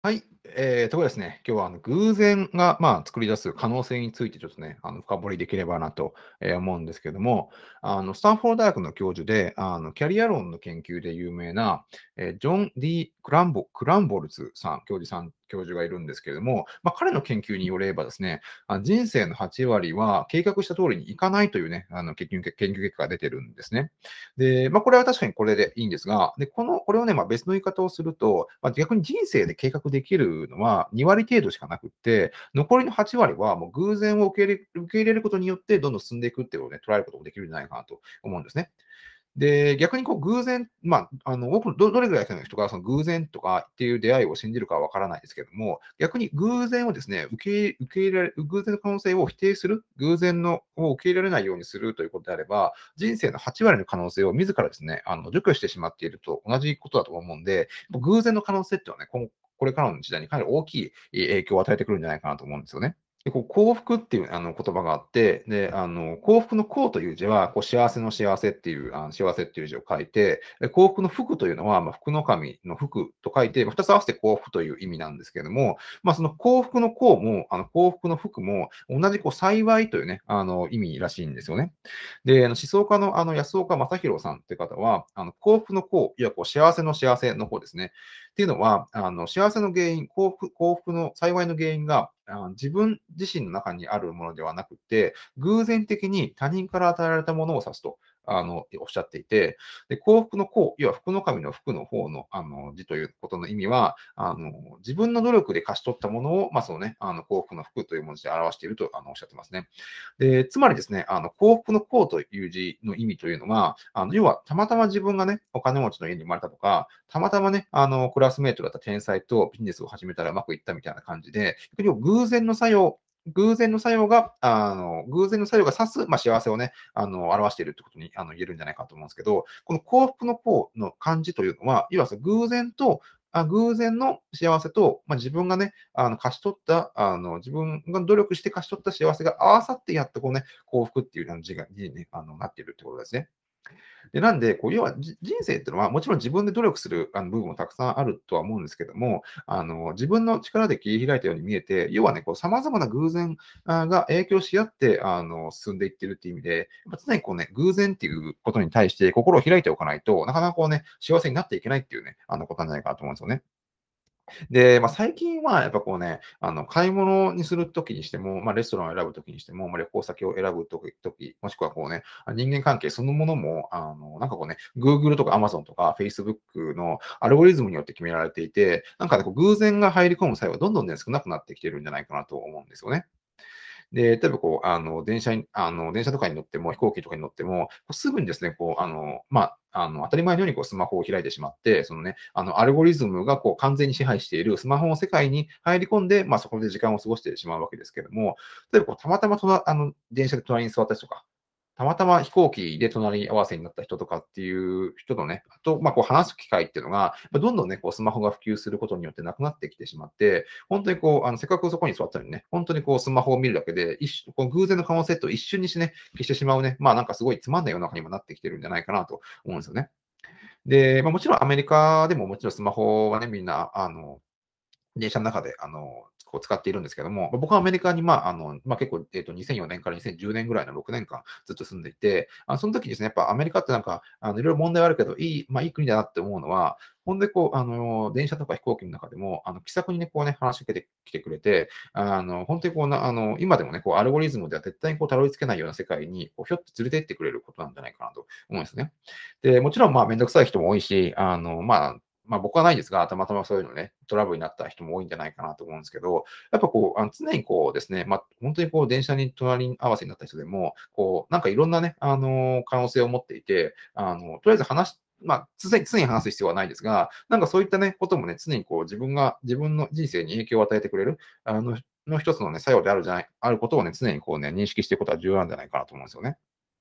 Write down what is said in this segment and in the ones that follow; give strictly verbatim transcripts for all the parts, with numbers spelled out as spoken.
はい、えーとですね、今日はあの偶然が、まあ、作り出す可能性についてちょっとね、あの深掘りできればなと、えー思うんですけども、あのスタンフォード大学の教授で、あのキャリア論の研究で有名な、えージョン・ D・ クランボクランボルツさん、教授さん、教授がいるんですけれども、まあ、彼の研究によればですね、あ人生のはち割は計画した通りにいかないというね、あの研究研究結果が出てるんですね。で、まあ、これは確かにこれでいいんですが、で、この、これをね、まあ、別の言い方をすると、まあ、逆に人生で計画できるのはに割程度しかなくって、残りのはち割はもう偶然を受け入れ受け入れることによって、どんどん進んでいくっていうのをね、捉えることもできるんじゃないかなと思うんですね。で、逆にこう偶然、まあ、あの、多くどどれぐらいの人がその偶然とかっていう出会いを信じるかはわからないですけども、逆に偶然をですね、受け受け入れられ偶然の可能性を否定する、偶然のを受け入れられないようにするということであれば、人生のはち割の可能性を自らですね、あの、除去してしまっていると同じことだと思うんで、偶然の可能性っていうのはね、今これからの時代にかなり大きい影響を与えてくるんじゃないかなと思うんですよね。で、こう幸福っていうあの言葉があって、で、あの幸福の幸という字は、こう幸せの幸せっていう、あの幸せっていう字を書いて、で幸福の福というのは、まあ、福の神の福と書いて、まあ、ふたつ合わせて幸福という意味なんですけれども、まあ、その幸福の幸も、あの幸福の福も、同じこう幸いというね、あの意味らしいんですよね。で、あの思想家のあの安岡正弘さんって方は、あの幸福の幸、いやこう幸せの幸せの方ですね。っていうのは、あの幸せの原因、幸福幸福の幸いの原因が、あ自分自身の中にあるものではなくて、偶然的に他人から与えられたものを指すと、あの、おっしゃっていて、で、幸福の幸、要は福の神の福の方の、あの、字ということの意味は、あの、自分の努力で勝ち取ったものを、まあ、そのね、あの、幸福の福という文字で表していると、あの、おっしゃってますね。で、つまりですね、あの、幸福の幸という字の意味というのが、あの、要はたまたま自分がね、お金持ちの家に生まれたとか、たまたまね、あの、クラスメイトだった天才とビジネスを始めたらうまくいったみたいな感じで、要は偶然の作用偶然の作用が、あの、偶然の作用が指す、まあ、幸せをね、あの、表しているってことに、あの、言えるんじゃないかと思うんですけど、この幸福の幸の漢字というのは、要はその偶然と、あ偶然の幸せと、まあ、自分がね、あの、勝ち取った、あの、自分が努力して勝ち取った幸せが合わさってやっとこうね、幸福っていうあの字が、字にね、あの、なっているってことですね。で、なんで、こう、要は、じ人生っていうのは、もちろん自分で努力するあの部分もたくさんあるとは思うんですけども、あの、自分の力で切り開いたように見えて、要はね、こう、様々な偶然あが影響し合って、あの、進んでいってるっていう意味で、やっぱ常にこうね、偶然っていうことに対して心を開いておかないと、なかなかこうね、幸せになっていけないっていうね、あの、ことなんじゃないかなと思うんですよね。で、まあ、最近はやっぱこうね、あの、買い物にするときにしても、まあ、レストランを選ぶときにしても、まあ、旅行先を選ぶときとき、もしくはこうね、あ、人間関係そのものも、あの、なんかこうね、Google とか Amazon とか Facebook のアルゴリズムによって決められていて、なんかね、こう偶然が入り込む際はどんどんね、少なくなってきてるんじゃないかなと思うんですよね。で、例えばこう、あの、電車にあの、電車とかに乗っても、飛行機とかに乗っても、こうすぐにですね、こう、あの、まあ、あの、当たり前のようにこうスマホを開いてしまって、そのね、あの、アルゴリズムがこう完全に支配しているスマホの世界に入り込んで、まあ、そこで時間を過ごしてしまうわけですけども、例えばこうたまたまとなあの、電車で隣に座った人とか、たまたま飛行機で隣り合わせになった人とかっていう人とね、あと、まあ、こう話す機会っていうのが、ま、どんどんね、こうスマホが普及することによってなくなってきてしまって、本当にこう、あの、せっかくそこに座ったのにね、本当にこうスマホを見るだけで、一瞬こう偶然の可能性と一瞬にしてね、消してしまうね、まあ、なんかすごいつまんない世の中にもなってきてるんじゃないかなと思うんですよね。で、まあ、もちろんアメリカでももちろんスマホはね、みんなあの電車の中で、あの、こう使っているんですけども、ま僕はアメリカに、まあ、あの、まあ、結構、えっと、にせんよねんからにせんじゅうねんぐらいのろくねんかんずっと住んでいて、あ、その時ですね、やっぱアメリカってなんか、あの、いろいろ問題はあるけど、いい、まあ、いい国だなって思うのは、ほんでこう、あの、電車とか飛行機の中でも、あの、気さくにね、こうね、話しかけてきてくれて、あの、本当にこうな、あの、今でもね、こう、アルゴリズムでは絶対にこう、たどり着けないような世界に、こう、ひょっと連れて行ってくれることなんじゃないかなと思うんですね。で、もちろん、まあ、めんどくさい人も多いし、あの、まあ、まあ、僕はないですが、たまたまそういうのね、トラブルになった人も多いんじゃないかなと思うんですけど、やっぱこう、あの常にこうですね、まあ、本当にこう電車に隣り合わせになった人でも、こう、なんかいろんなね、あの、可能性を持っていて、あの、とりあえず話しまあ、常に常に話す必要はないですが、なんかそういったね、こともね、常にこう自分が自分の人生に影響を与えてくれる、あの、の一つのね、作用であるじゃないあることをね、常にこうね、認識していくことは重要なんじゃないかなと思うんですよね。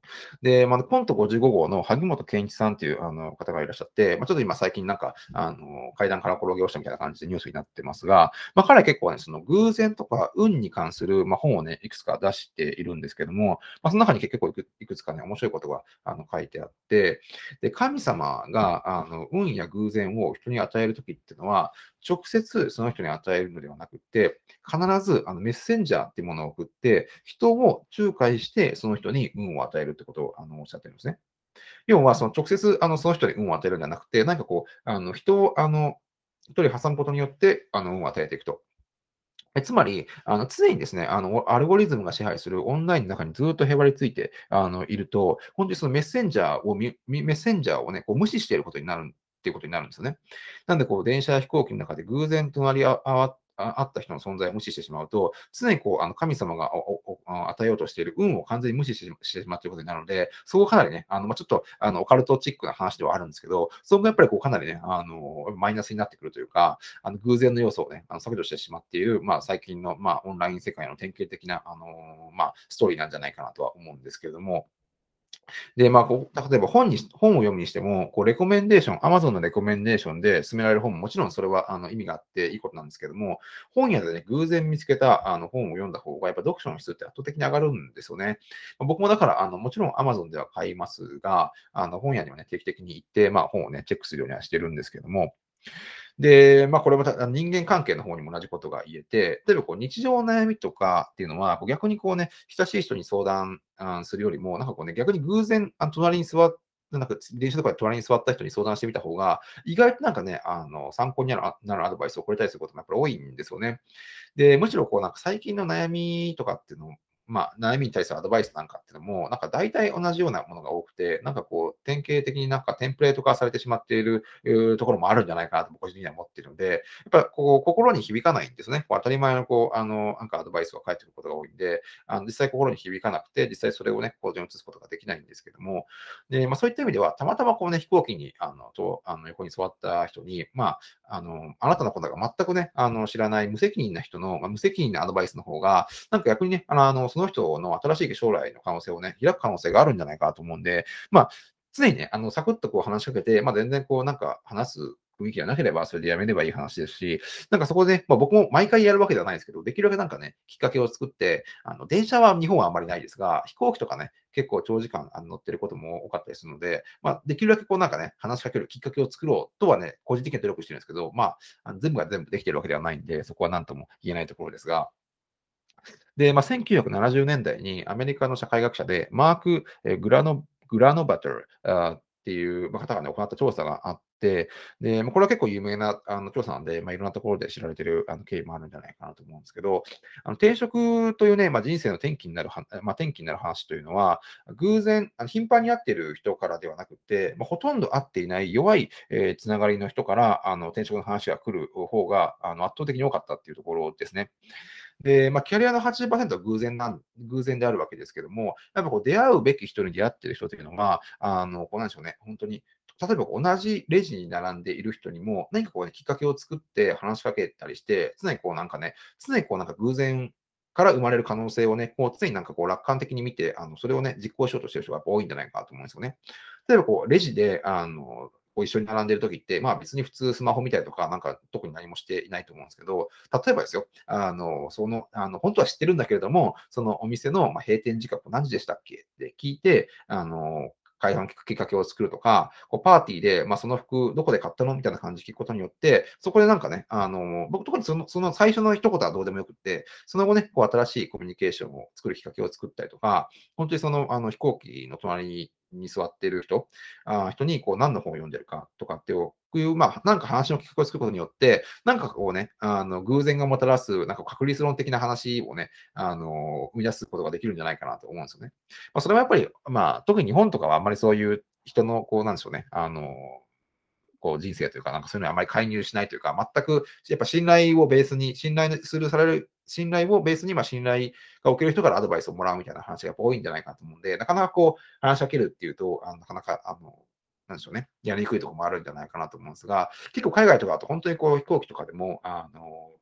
で、まあ、コントごじゅうご号の萩本健一さんっていうあの方がいらっしゃって、まあ、ちょっと今最近なんか、あの、階段から転げ落ちたみたいな感じでニュースになってますが、まあ、彼は結構ね、その偶然とか運に関する、まあ、本をね、いくつか出しているんですけども、まあ、その中に結構いくいくつかね、面白いことがあの書いてあって、で、神様があの運や偶然を人に与えるときっていうのは、直接その人に与えるのではなくて、必ずあのメッセンジャーっていうものを送って、人を仲介して、その人に運を与えるってことをあのおっしゃってるんですね。要は、その直接あのその人に運を与えるんじゃなくて、なんかこう、あの人をあの一人挟むことによってあの運を与えていくと。えつまり、あの常にですね、あのアルゴリズムが支配するオンラインの中にずっとへばりついてあのいると、本当にそのメッセンジャーをみみメッセンジャーをね、こう無視していることになるっていうことになるんですよね。なんでこう電車や飛行機の中で偶然隣りああああった人の存在を無視してしまうと、常にこうあの神様がおおお与えようとしている運を完全に無視してしてしまっていることになるので、そこかなりね、あのまあ、ちょっとあのオカルトチックな話ではあるんですけど、そこがやっぱりこうかなりね、あのマイナスになってくるというか、あの偶然の要素をね、あの削除してしまっている、まあ、最近の、まあ、オンライン世界の典型的な、あのーまあ、ストーリーなんじゃないかなとは思うんですけれども、で、まあ、こう例えば本に本を読むにしても、こうレコメンデーション、Amazon のレコメンデーションで勧められる本ももちろんそれはあの意味があっていいことなんですけども、本屋でね、偶然見つけたあの本を読んだ方が、やっぱ読書の質って圧倒的に上がるんですよね。まあ僕もだから、あのもちろん Amazon では買いますが、あの本屋にはね、定期的に行って、まあ、本をね、チェックするようにはしてるんですけども、で、まあ、これまたあの人間関係の方にも同じことが言えて、例えばこう日常の悩みとかっていうのは、こう逆にこうね、親しい人に相談あするよりも、なんかこうね、逆に偶然、あの隣に座っなんか電車とかで隣に座った人に相談してみた方が、意外となんかね、あの参考になるあなるアドバイスをくれたりすることもやっぱり多いんですよね。で、むしろこうなんか最近の悩みとかっていうのを、まあ、悩みに対するアドバイスなんかっていうのも、なんか大体同じようなものが多くて、なんかこう、典型的になんかテンプレート化されてしまっているうところもあるんじゃないかなと個人的には思っているので、やっぱこう、心に響かないんですね。こう当たり前のこう、あの、なんかアドバイスが返ってくることが多いんで、あの実際心に響かなくて、実際それをね、行動に移すことができないんですけども、で、まあそういった意味では、たまたまこうね、飛行機に、あの、と、あの、横に座った人に、まあ、あの、あなたのことが全くね、あの、知らない無責任な人の、まあ、無責任なアドバイスの方が、なんか逆にね、あの、あのその人の新しい将来の可能性をね、開く可能性があるんじゃないかと思うんで、まあ、常にね、あの、サクッとこう話しかけて、まあ、全然こうなんか話す雰囲気がなければ、それでやめればいい話ですし、なんかそこでね、まあ、僕も毎回やるわけではないですけど、できるだけなんかね、きっかけを作って、あの、電車は日本はあんまりないですが、飛行機とかね、結構長時間あの乗ってることも多かったりするので、まあ、できるだけこうなんかね、話しかけるきっかけを作ろうとはね、個人的には努力してるんですけど、まあ、あの全部が全部できてるわけではないんで、そこは何とも言えないところですが、で、まあ、せんきゅうひゃくななじゅうねんだいにアメリカの社会学者で、マーク・えグラノグラノバトルあっていうま方が、ね、行った調査があって、でまあこれは結構有名なあの調査なんで、まあ、いろんなところで知られているあの経緯もあるんじゃないかなと思うんですけど、あの転職というね、まあ、人生の転機になるは、まあ、転機になる話というのは、偶然、あの頻繁に会っている人からではなくて、まあ、ほとんど会っていない弱い、えーつながりの人からあの転職の話が来る方があの圧倒的に多かったっていうところですね。で、まあ、キャリアのはちじゅっパーセントは偶然なん偶然であるわけですけども、やっぱこう出会うべき人に出会っている人というのは、あの、こうなんでしょうね、本当に、例えば同じレジに並んでいる人にも、何かこうね、きっかけを作って話しかけたりして、常にこうなんかね、常にこうなんか偶然から生まれる可能性をね、こう常になんかこう楽観的に見て、あの、それをね、実行しようとしている人がやっぱ多いんじゃないかなと思うんですよね。例えばこうレジで、あの、こう一緒に並んでいる時って、まあ別に普通スマホ見たりとか、なんか特に何もしていないと思うんですけど、例えばですよ、あの、その、あの、本当は知ってるんだけれども、そのお店の、ま、閉店時間何時でしたっけって聞いて、あの、会話のきっかけを作るとか、こうパーティーで、ま、その服どこで買ったのみたいな感じで聞くことによって、そこでなんかね、あの、僕特にそのその最初の一言はどうでもよくって、その後ね、こう新しいコミュニケーションを作るきっかけを作ったりとか、本当にその、あの、飛行機の隣に座っている人あ人にこう何の本を読んでるかとかっていう、まあ、なんか話のきっかけを作ることによって、なんかこうね、あの偶然がもたらす、なんか確率論的な話をね、あの生み出すことができるんじゃないかなと思うんですよね。まあ、それはやっぱり、まあ、特に日本とかはあんまりそういう人の、こう、なんでしょうね、あのこう人生というか、なんかそういうのにあまり介入しないというか、全くやっぱ信頼をベースに、信頼するされる、信頼をベースに、まあ、信頼がおける人からアドバイスをもらうみたいな話がやっぱ多いんじゃないかなと思うんで、なかなかこう話しかけるっていうと、あのなかなか、あの、なんでしょうね、やりにくいところもあるんじゃないかなと思うんですが、結構海外とかだと本当にこう飛行機とかでも、あの、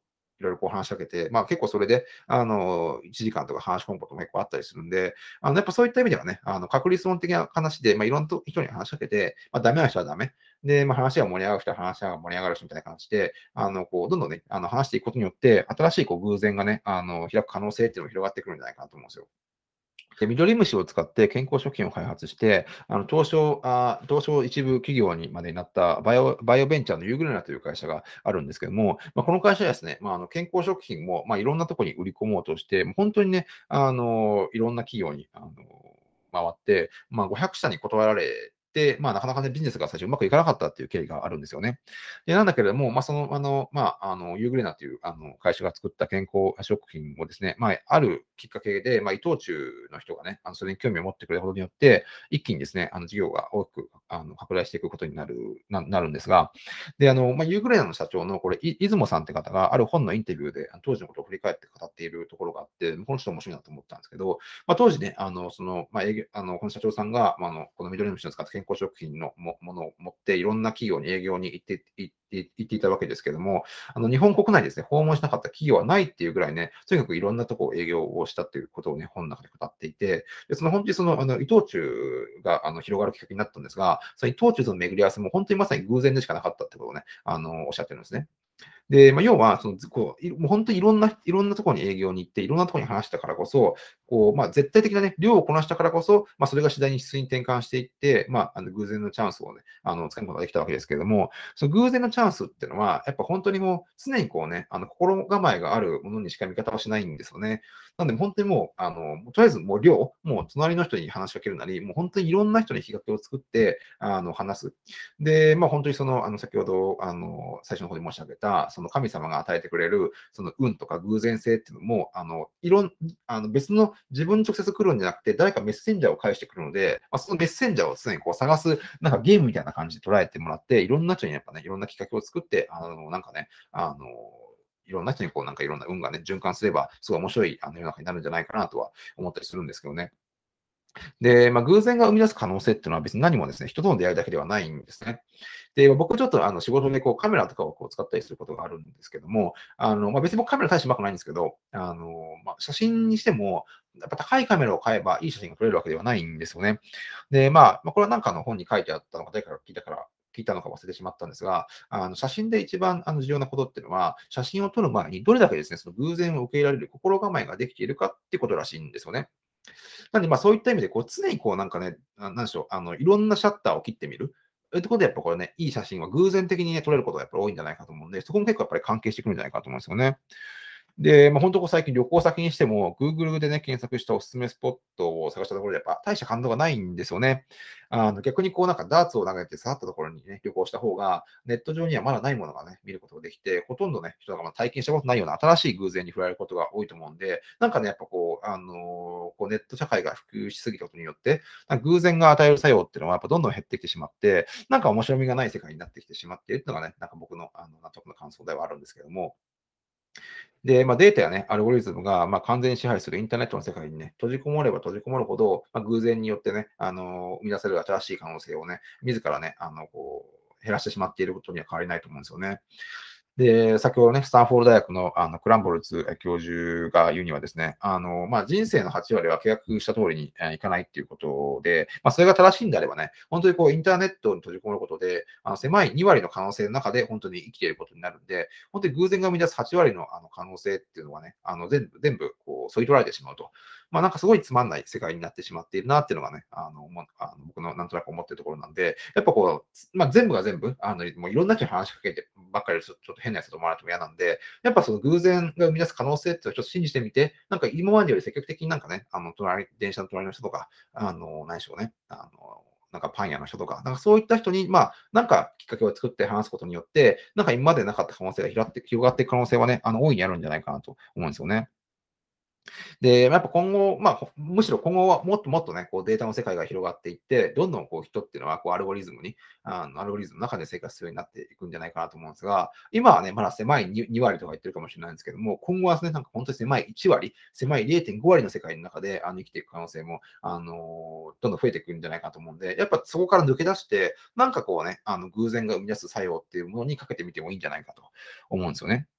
いろいろこう話しかけて、まあ結構それで、あの、いちじかんとか話し込むことも結構あったりするんで、あの、やっぱそういった意味ではね、あの、確率論的な話で、まあいろんな人に話しかけて、まあダメな人はダメ。で、まあ話が盛り上がる人は話が盛り上がる人みたいな感じで、あの、こう、どんどんね、あの、話していくことによって、新しいこう偶然がね、あの、開く可能性っていうのが広がってくるんじゃないかなと思うんですよ。で、ミドリムシを使って健康食品を開発して、あの東証あ東証一部企業にまでなったバイオバイオベンチャーのユーグレナという会社があるんですけども、まあ、この会社はですね、まあ、あの健康食品も、まあ、いろんなところに売り込もうとして、もう本当にね、あのいろんな企業にあの回って、まあ、ごひゃく社に断られて、まあ、なかなかね、ビジネスが最初うまくいかなかったっていう経緯があるんですよね。で、なんだけれども、まあ、その、あの、まあ、あの、ユーグレナというあの会社が作った健康食品をですね、まあ、あるきっかけで、まあ、伊藤忠の人がね、あのそれに興味を持ってくれたことによって、一気にですね、あの事業が大きくあの拡大していくことになるななるんですが、で、あの、まあ、ユーグレナの社長の、これ、い出雲さんって方が、ある本のインタビューで、あの当時のことを振り返って語っているところがあって、この人面白いなと思ったんですけど、まあ、当時ね、あの、その、まあ、営業あの、この社長さんが、まあ、あの、この緑虫を使った健康食品のもものを持って、いろんな企業に営業に行って、行って行っていたわけですけども、あの日本国内ですね、訪問しなかった企業はないっていうぐらいね、とにかくいろんなところを営業をしたっていうことをね、本の中で語っていて、でその本当にその、あの伊藤忠があの広がるきっかけになったんですが、その伊藤忠との巡り合わせも本当にまさに偶然でしかなかったってことをね、あのおっしゃってるんですね。で、まあ、要は、その、こう、いもう本当にいろんな、いろんなところに営業に行って、いろんなところに話したからこそ、こう、まあ、絶対的なね、量をこなしたからこそ、まあ、それが次第に質に転換していって、まあ、あの、偶然のチャンスをね、あの、掴むことができたわけですけれども、その偶然のチャンスっていうのは、やっぱ本当にもう、常にこうね、あの、心構えがあるものにしか見方はしないんですよね。なんで、本当にもう、あの、とりあえずもう量、もう隣の人に話しかけるなり、もう本当にいろんな人に比較を作って、あの、話す。で、まあ、本当にその、あの、先ほど、あの、最初の方に申し上げた、その神様が与えてくれる、その運とか偶然性っていうのも、あの、いろん、あの、別の自分に直接来るんじゃなくて、誰かメッセンジャーを返してくるので、まあ、そのメッセンジャーを常にこう探す、なんかゲームみたいな感じで捉えてもらって、いろんな人にやっぱね、いろんなきっかけを作って、あの、なんかね、あの、いろんな人にこうなんかいろんな運がね、循環すれば、すごい面白いあの世の中になるんじゃないかなとは思ったりするんですけどね。で、まあ、偶然が生み出す可能性っていうのは別に何もですね、人との出会いだけではないんですね。で、僕ちょっとあの仕事でこうカメラとかをこう使ったりすることがあるんですけども、あの、まあ、別に僕カメラ大してうまくないんですけど、あの、まあ、写真にしても、やっぱ高いカメラを買えばいい写真が撮れるわけではないんですよね。で、まあ、まあ、これはなんかの本に書いてあったのか、誰から聞いたから聞いたのか忘れてしまったんですが、あの写真で一番あの重要なことっていうのは、写真を撮る前にどれだけですね、その偶然を受け入れられる心構えができているかっていうことらしいんですよね。なんで、まあ、そういった意味で、こう、常にこう、なんかね、あなんでしょう、あの、いろんなシャッターを切ってみる。えってことで、やっぱこれね、いい写真は偶然的にね、撮れることがやっぱり多いんじゃないかと思うんで、そこも結構やっぱり関係してくるんじゃないかと思うんですよね。で、まあ、本当こう最近旅行先にしても、Google でね、検索したおすすめスポットを探したところで、やっぱ大した感動がないんですよね。あの、逆にこうなんかダーツを投げて去ったところにね、旅行した方が、ネット上にはまだないものがね、見ることができて、ほとんどね、人がまあ体験したことないような新しい偶然に触れることが多いと思うんで、なんかね、やっぱこう、あの、こうネット社会が普及しすぎたことによって、なんか偶然が与える作用っていうのはやっぱどんどん減ってきてしまって、なんか面白みがない世界になってきてしまっているっていうのがね、なんか僕の、あの、納得の感想ではあるんですけども、で、まあ、データやね、アルゴリズムが、まあ、完全に支配するインターネットの世界にね、閉じこもれば閉じこもるほど、まあ、偶然によってね、あの、生み出せる新しい可能性をね、自らね、あの、こう、減らしてしまっていることには変わりないと思うんですよね。で、先ほどね、スタンフォード大学のあのクランボルツ教授が言うにはですね、あの、まあ、人生のはち割は契約した通りに、えーいかないっていうことで、まあ、それが正しいんであればね、本当にこうインターネットに閉じこもることで、あの狭いに割の可能性の中で本当に生きていることになるんで、本当に偶然が生み出すはち割のあの可能性っていうのはね、あの全部、全部こう、そぎ取られてしまうと。まあ、なんかすごいつまんない世界になってしまっているなっていうのがね、あの、もあの僕のなんとなく思ってるところなんで、やっぱこう、まあ、全部が全部、あの、もういろんな人に話しかけてばっかりちょっと変なやつだと思われても嫌なんで、やっぱその偶然が生み出す可能性っていうのをちょっと信じてみて、なんか今までより積極的になんかね、あの、隣、電車の隣の人とか、あの、何でしょうね、あの、なんかパン屋の人とか、なんかそういった人に、まあ、なんかきっかけを作って話すことによって、なんか今までなかった可能性が広がって広がっていく可能性はね、あの、大いにあるんじゃないかなと思うんですよね。で、やっぱ今後、まあ、むしろ今後はもっともっとね、こうデータの世界が広がっていって、どんどんこう人っていうのはこうアルゴリズムに、あのアルゴリズムの中で生活するようになっていくんじゃないかなと思うんですが、今はね、まだ狭い に, に割とか言ってるかもしれないんですけども、今後はですね、なんか本当に狭いいち割、狭いれいてんご割の世界の中であの生きていく可能性も、あのどんどん増えていくんじゃないかと思うんで、やっぱそこから抜け出して、なんかこうね、あの偶然が生み出す作用っていうものにかけてみてもいいんじゃないかと思うんですよね。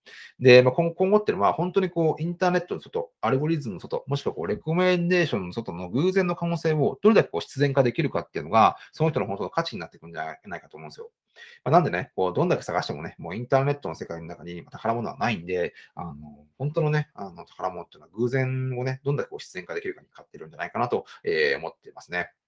で、まあ、今今後っていうのは、本当にこう、インターネットの外、アルゴリズムの外、もしくはこう、レコメンデーションの外の偶然の可能性をどれだけこう必然化できるかっていうのが、その人の本当の価値になってくるんじゃないかと思うんですよ。まあ、なんでね、こうどんだけ探してもね、もうインターネットの世界の中に宝物はないんで、あの、本当のね、あの宝物っていうのは偶然をね、どんだけこう必然化できるかにかかってるんじゃないかなと、えー思っていますね。